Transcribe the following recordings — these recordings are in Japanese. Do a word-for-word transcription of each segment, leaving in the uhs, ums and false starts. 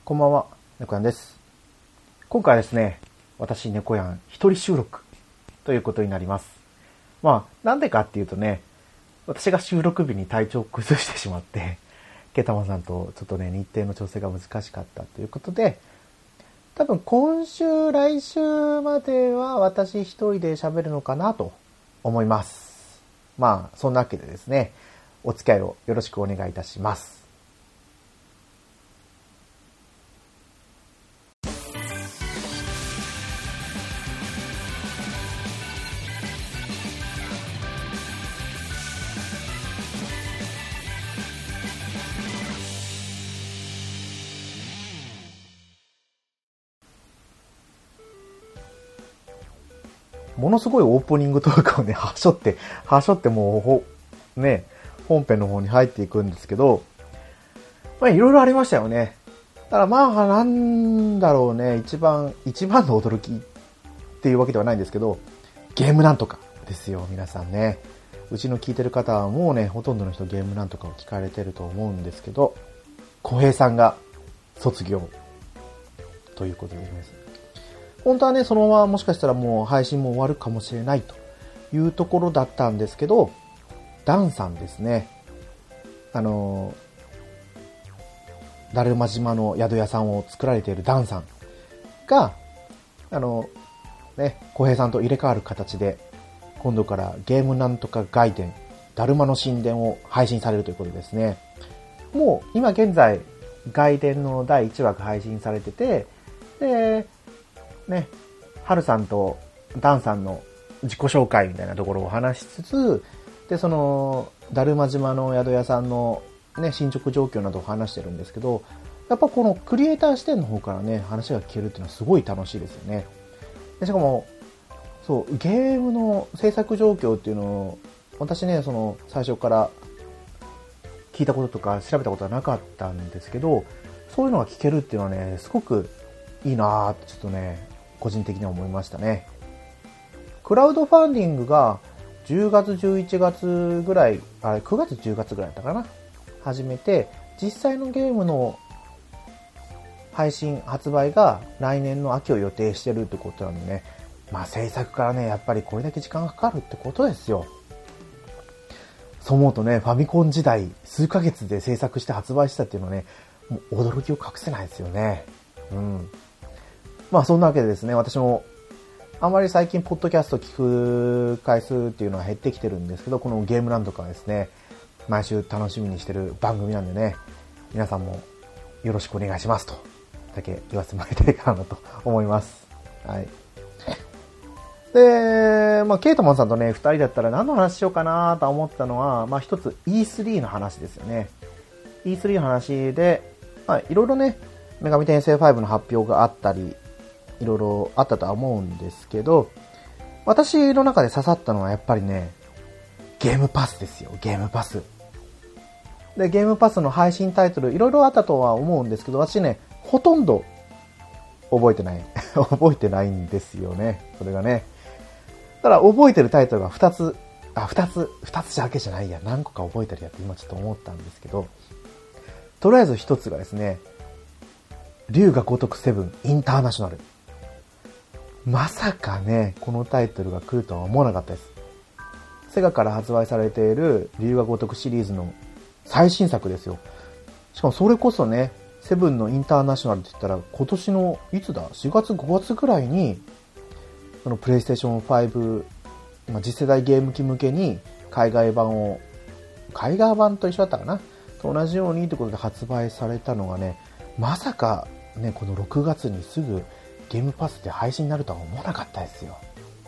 こんばんは、猫やんです。今回はですね、私猫やん一人収録ということになります。まあ、なんでかっていうとね、私が収録日に体調を崩してしまって、ケタマさんとちょっとね、日程の調整が難しかったということで、多分今週、来週までは私一人で喋るのかなと思います。まあ、そんなわけでですね、お付き合いをよろしくお願いいたします。ものすごいオープニングトークをね、はしょって、はしょってもうほ、ね、本編の方に入っていくんですけど、まあいろいろありましたよね。だからまあなんだろうね、一番、一番の驚きっていうわけではないんですけど、ゲームなんとかですよ、皆さんね。うちの聞いてる方はもうね、ほとんどの人ゲームなんとかを聞かれてると思うんですけど、小平さんが卒業ということでですね。本当はね、そのままもしかしたらもう配信も終わるかもしれないというところだったんですけど、ダンさんですね。あの、だるま島の宿屋さんを作られているダンさんが、あの、ね、小平さんと入れ替わる形で、今度からゲームなんとか外伝、だるまの神殿を配信されるということですね。もう今現在、外伝のだいいちわが配信されてて、で、ね、はるさんとダンさんの自己紹介みたいなところを話しつつ、で、その、だるま島の宿屋さんのね、進捗状況などを話してるんですけど、やっぱこのクリエイター視点の方からね、話が聞けるっていうのはすごい楽しいですよね。でしかも、そう、ゲームの制作状況っていうのを、私ね、その、最初から聞いたこととか調べたことはなかったんですけど、そういうのが聞けるっていうのはね、すごくいいなーってちょっとね、個人的には思いましたね。クラウドファンディングがじゅうがつじゅういちがつぐらい、あれくがつじゅうがつぐらいだったかな、始めて、実際のゲームの配信発売が来年の秋を予定してるってことなんでね、まあ制作からね、やっぱりこれだけ時間がかかるってことですよ。そう思うとね、ファミコン時代数ヶ月で制作して発売したっていうのはね、もう驚きを隠せないですよね。うん。まあそんなわけでですね、私もあまり最近ポッドキャスト聞く回数っていうのは減ってきてるんですけど、このゲームなんとかですね、毎週楽しみにしてる番組なんでね、皆さんもよろしくお願いしますとだけ言わせてもらいたいかなと思います。はい。で、まあケイトマンさんとね、二人だったら何の話しようかなと思ったのは、まあ一つ イースリー の話ですよね。イースリー の話で、まあいろいろね、女神転生ファイブの発表があったり、いろいろあったとは思うんですけど、私の中で刺さったのはやっぱりね、ゲームパスですよ、ゲームパス。で、ゲームパスの配信タイトル、いろいろあったとは思うんですけど、私ね、ほとんど覚えてない。覚えてないんですよね、それがね。ただ、覚えてるタイトルがふたつ、あ、ふたつ、ふたつだけじゃないや、何個か覚えてるやって今ちょっと思ったんですけど、とりあえずひとつがですね、龍が如くセブンインターナショナル。まさかね、このタイトルが来るとは思わなかったです。セガから発売されている龍が如くシリーズの最新作ですよ。しかもそれこそね、セブンのインターナショナルって言ったら今年のいつだ ?しがつごがつぐらいに、そのプレイステーションファイブ、まあ、次世代ゲーム機向けに海外版を、海外版と一緒だったかなと同じようにということで発売されたのがね、まさかね、このろくがつにすぐゲームパスで配信になるとは思わなかったですよ。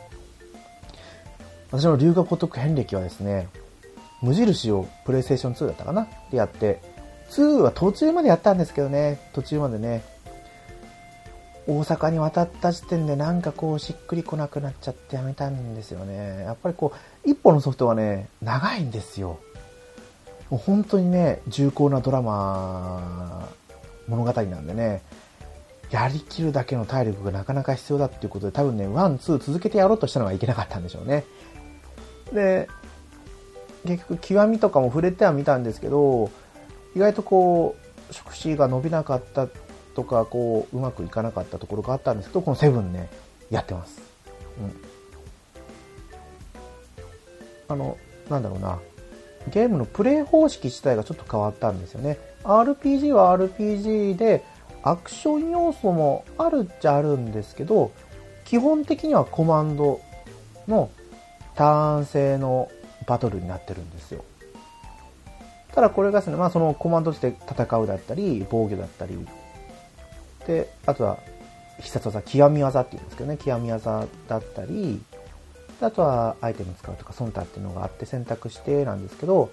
私の龍が如く遍歴はですね、無印をプレイステーションツーだったかなでやって、ツーは途中までやったんですけどね、途中までね、大阪に渡った時点でなんかこうしっくりこなくなっちゃってやめたんですよね。やっぱりこう、一本のソフトはね、長いんですよ。もう本当にね、重厚なドラマ、物語なんでね、やりきるだけの体力がなかなか必要だっていうことで、多分ね、ワン、ツー続けてやろうとしたのがいけなかったんでしょうね。で、結局極みとかも触れてはみたんですけど、意外とこう触手が伸びなかったとかこううまくいかなかったところがあったんですけど、このセブンねやってます。うん、あのなんだろうな、ゲームのプレイ方式自体がちょっと変わったんですよね。 アールピージー は アールピージー でアクション要素もあるっちゃあるんですけど、基本的にはコマンドのターン制のバトルになってるんですよ。ただこれがですね、まあそのコマンドで戦うだったり、防御だったり、で、あとは必殺技、極み技っていうんですけどね、極み技だったり、あとはアイテム使うとか、ソンタっていうのがあって選択してなんですけど、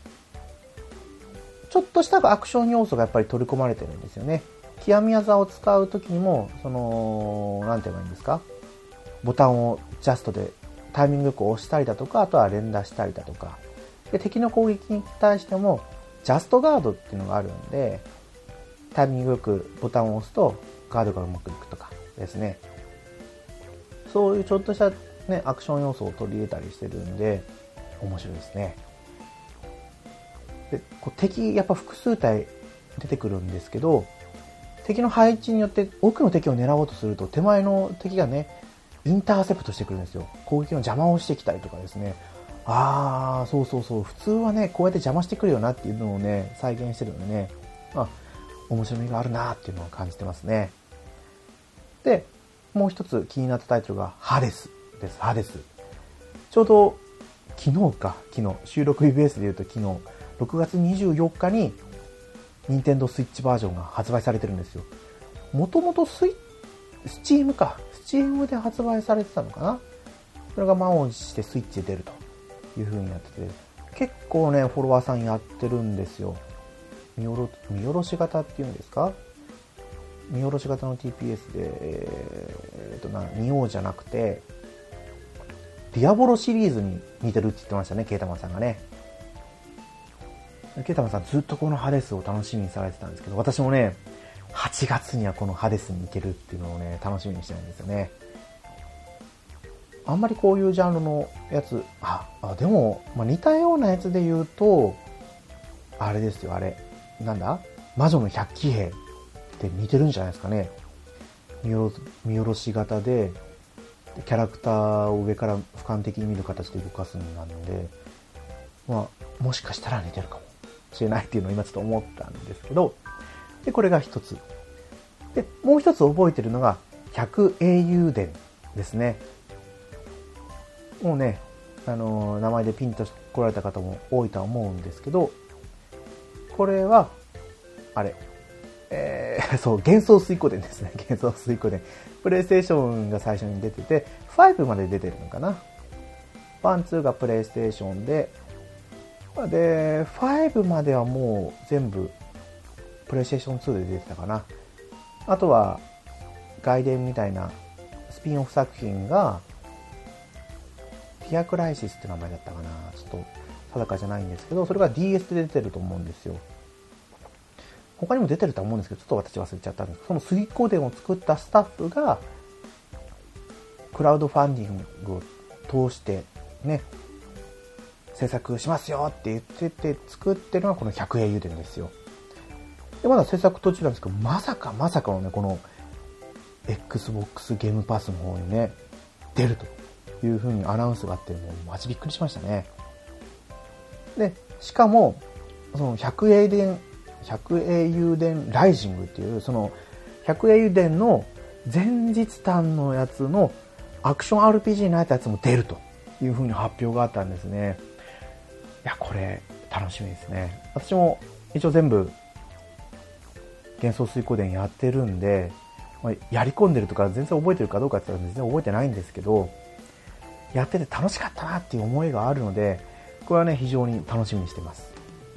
ちょっとしたアクション要素がやっぱり取り込まれてるんですよね。極み技を使うときにも、その、なんて言えばいいんですか、ボタンをジャストでタイミングよく押したりだとか、あとは連打したりだとか、で敵の攻撃に対してもジャストガードっていうのがあるんで、タイミングよくボタンを押すとガードがうまくいくとかですね、そういうちょっとした、ね、アクション要素を取り入れたりしてるんで面白いですね。でこう敵やっぱ複数体出てくるんですけど、敵の配置によって奥の敵を狙おうとすると手前の敵がねインターセプトしてくるんですよ。攻撃の邪魔をしてきたりとかですね。ああ、そうそうそう。普通はね、こうやって邪魔してくるよなっていうのをね、再現してるのでね、まあ、面白みがあるなっていうのを感じてますね。で、もう一つ気になったタイトルが、ハデスです。ハデス。ちょうど、昨日か、昨日、収録日ベースで言うと昨日、ろくがつにじゅうよっかに、任天堂スイッチバージョンが発売されてるんですよ。もともとスイスチームか。スチームで発売されてたのかな。それが満を持してスイッチで出るという風にやってて、結構ねフォロワーさんやってるんですよ。見下ろ、見下ろし型っていうんですか、見下ろし型の ティーピーエス で、えー、っとなニオじゃなくてディアボロシリーズに似てるって言ってましたね、ケイタマンさんがね。ケイタマンさんずっとこのハデスを楽しみにされてたんですけど、私もねはちがつにはこのハデスに行けるっていうのをね楽しみにしてるんですよね。あんまりこういうジャンルのやつ、あ、あでも、まあ、似たようなやつで言うと、あれですよ、あれ。なんだ魔女の百騎兵って似てるんじゃないですかね。見下ろ、見下ろし型で、キャラクターを上から俯瞰的に見る形で動かすんなので、まあ、もしかしたら似てるかもしれないっていうのを今ちょっと思ったんですけど、で、これが一つ。で、もう一つ覚えてるのが、百英雄伝ですね。もうね、あのー、名前でピンと来られた方も多いとは思うんですけど、これは、あれ、えー、そう、幻想水湖伝ですね。幻想水湖伝。プレイステーションが最初に出てて、ごまで出てるのかな。ワン、ツーがプレイステーションで、で、ごまではもう全部、プレイステーションツーで出てたかな。あとは、外伝みたいなスピンオフ作品が、ティアクライシスって名前だったかな、ちょっと定かじゃないんですけど、それが ディーエス で出てると思うんですよ。他にも出てると思うんですけど、ちょっと私忘れちゃったんですけど、その水光伝を作ったスタッフがクラウドファンディングを通してね制作しますよって言ってて作ってるのがこの百英雄伝ですよ。でまだ制作途中なんですけど、まさかまさかのねこの Xbox ゲームパスの方にね出るという風にアナウンスがあって、もうマジびっくりしましたね。でしかもその百英伝百英雄伝ライジングっていうその百英雄伝の前日譚のやつのアクション アールピージー になったやつも出るという風に発表があったんですね。いやこれ楽しみですね。私も一応全部幻想水湖伝やってるんで、まあ、やり込んでるとか全然覚えてるかどうかって言ったら全然覚えてないんですけど、やってて楽しかったなっていう思いがあるので、これはね非常に楽しみにしています。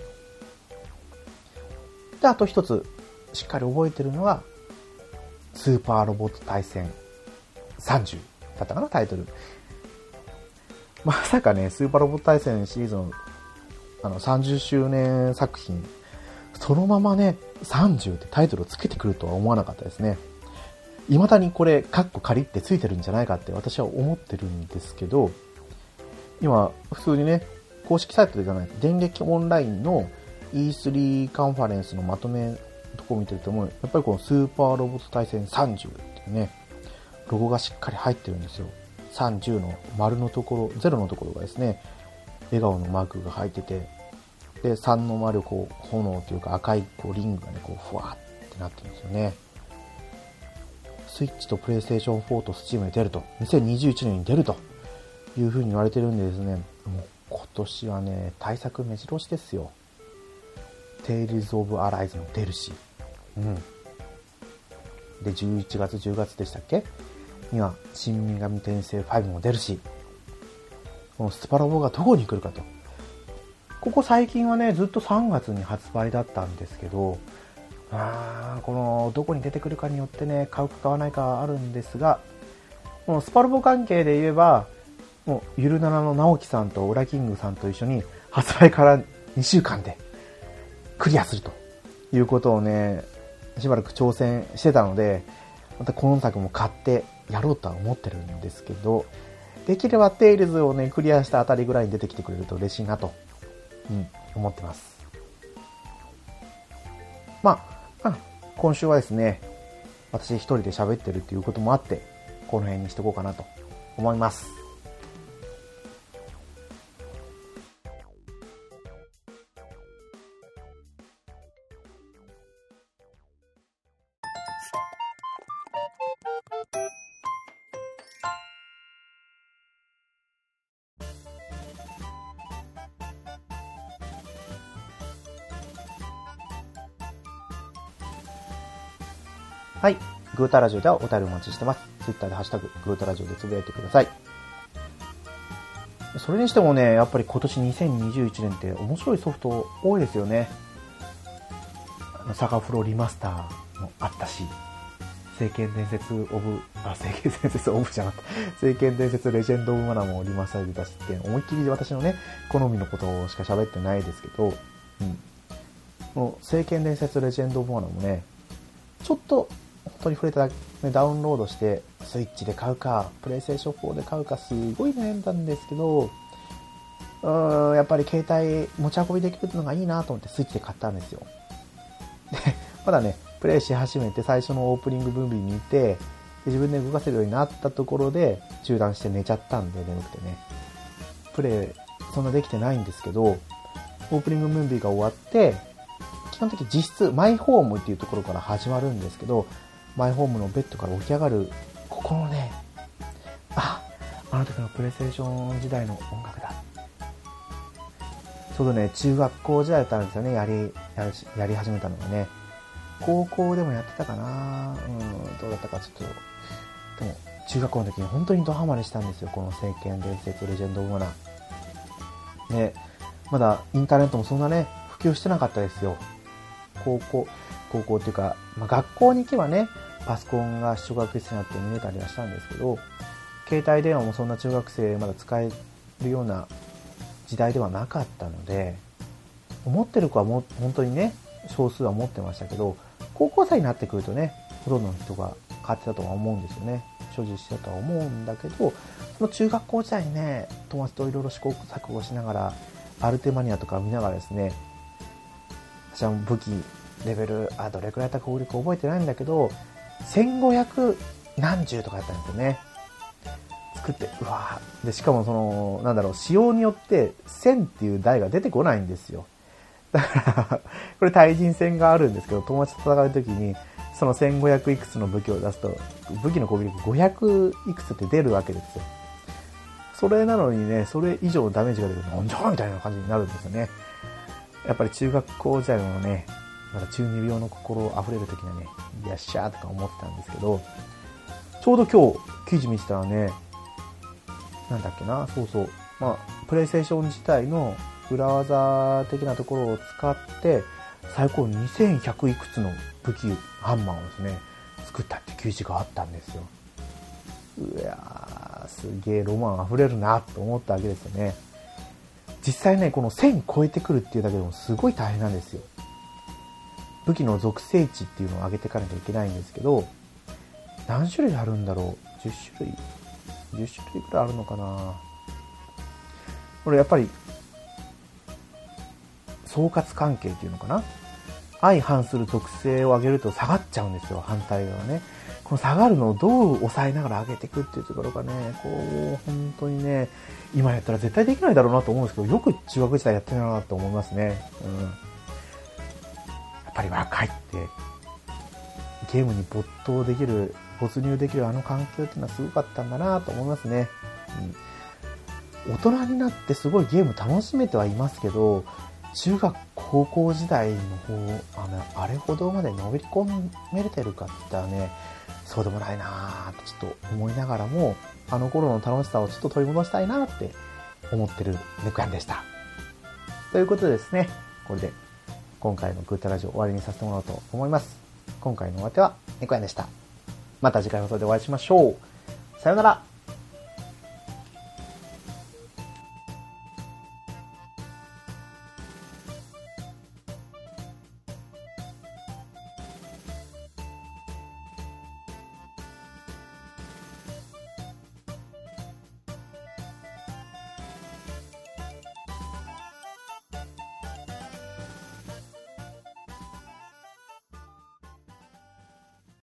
であと一つしっかり覚えてるのはスーパーロボット対戦さんじゅうだったかな、タイトル。まさかねスーパーロボット対戦シリーズのあのさんじゅっしゅうねん作品そのままねさんじゅうってタイトルをつけてくるとは思わなかったですね。未だにこれカッコ仮ってついてるんじゃないかって私は思ってるんですけど、今普通にね公式サイトじゃない電撃オンラインの イースリー カンファレンスのまとめとこを見てるともう、やっぱりこのスーパーロボット対戦さんじゅうっていうね、ロゴがしっかり入ってるんですよ。さんじゅうの丸のところ、ゼロのところがですね、笑顔のマークが入ってて、で、さんの丸、こう、炎というか赤いこうリングがね、こう、ふわーってなってるんですよね。スイッチとプレイステーションフォーとスチームで出ると、にせんにじゅういちねんに出るという風に言われてるんでですね、もう今年はね、対策目白押しですよ。テイルズ・オブ・アライズも出るし、うん。で、じゅういちがつ、じゅうがつでしたっけには、新女神転生ファイブも出るし、このスパロボがどこに来るかと。ここ最近はね、ずっとさんがつに発売だったんですけど、あーこのどこに出てくるかによってね、買うか買わないかあるんですが、もうスパロボ関係で言えば、もうゆるななの直樹さんとウラキングさんと一緒に発売からにしゅうかんでクリアするということをね、しばらく挑戦してたので、また今作も買ってやろうとは思ってるんですけど、できればテイルズをね、クリアしたあたりぐらいに出てきてくれると嬉しいなと、うん、思ってます。まあ、まあ、今週はですね、私一人で喋ってるっていうこともあって、この辺にしとこうかなと思います。はい。グータラジオではお便りお待ちしてます。ツイッターでハッシュタグ、グータラジオでつぶやいてください。それにしてもね、やっぱり今年にせんにじゅういちねんって面白いソフト多いですよね。サガフロリマスターもあったし、聖剣伝説オブ、あ、聖剣伝説オブじゃなかった。聖剣伝説レジェンドオブマナーもリマスターで出して、思いっきり私のね、好みのことしか喋ってないですけど、うん。もう聖剣伝説レジェンドオブマナーもね、ちょっと、本当に触れただけ、ダウンロードして、スイッチで買うか、プレイステーションフォーで買うか、すごい悩んだんですけど、うーん、やっぱり携帯持ち運びできるのがいいなと思ってスイッチで買ったんですよ。で、まだね、プレイし始めて最初のオープニングムービー見て、で自分で動かせるようになったところで中断して寝ちゃったんで眠くてね。プレイそんなできてないんですけど、オープニングムービーが終わって、基本的に実質マイホームっていうところから始まるんですけど、マイホームのベッドから起き上がる、ここのね、あ、あの時のプレイステーション時代の音楽だ。ちょうどね、中学校時代だったんですよね、やり、やり、やり始めたのがね。高校でもやってたかな、うん、どうだったかちょっと。でも、中学校の時に本当にドハマりしたんですよ、この聖剣伝説レジェンドオブマナー。ね、まだインターネットもそんなね、普及してなかったですよ。高校、高校っていうか、まあ、学校に行けばね、パソコンが小学室になって見れたりはしたんですけど、携帯電話もそんな中学生まだ使えるような時代ではなかったので、持ってる子はも本当にね、少数は持ってましたけど、高校生になってくるとね、ほとんどの人が買ってたとは思うんですよね。所持してたとは思うんだけど、その中学校時代にね、友達といろいろ試行錯誤しながら、アルテマニアとか見ながらですね、私は武器、レベル、あ、どれくらいだったか攻略覚えてないんだけど、せんごひゃく何十とかやったんですよね。作って、うわで、しかもその、なんだろう、仕様によってせんっていう台が出てこないんですよ。だから、これ対人戦があるんですけど、友達と戦うときに、そのせんごひゃくいくつの武器を出すと、武器の攻撃力ごひゃくいくつって出るわけですよ。それなのにね、それ以上のダメージが出ると、なんじゃみたいな感じになるんですよね。やっぱり中学校時代のね、まだ中二病の心溢れる時にはね、よっしゃーとか思ってたんですけど、ちょうど今日記事見てたらね、なんだっけな、そうそう、まあ、プレイステーション自体の裏技的なところを使って、最高にせんひゃくいくつの武器、ハンマーをですね、作ったって記事があったんですよ。うやー、すげえロマン溢れるなと思ったわけですよね。実際ね、このせん超えてくるっていうだけでもすごい大変なんですよ。武器の属性値っていうのを上げていかなきゃいけないんですけど、何種類あるんだろう、じゅっしゅるいじゅっしゅるいくらいあるのかな。これやっぱり総括関係っていうのかな、 相反する特性を上げると下がっちゃうんですよ、反対側ね。この下がるのをどう抑えながら上げていくっていうところがね、こう、本当にね、今やったら絶対できないだろうなと思うんですけど、よく中学時代やってるなと思いますね。うん。やっぱり若いって、ゲームに没頭できる、没入できるあの環境っていうのはすごかったんだなと思いますね。うん。大人になってすごいゲーム楽しめてはいますけど、中学高校時代の方、あの、あれほどまでのめり込めれてるかって言ったらね、そうでもないなぁとちょっと思いながらも、あの頃の楽しさをちょっと取り戻したいなって思ってる猫やんでした。ということでですね、これで今回のグータラジオ終わりにさせてもらおうと思います。今回のお相手は猫やんでした。また次回の放送でお会いしましょう。さよなら。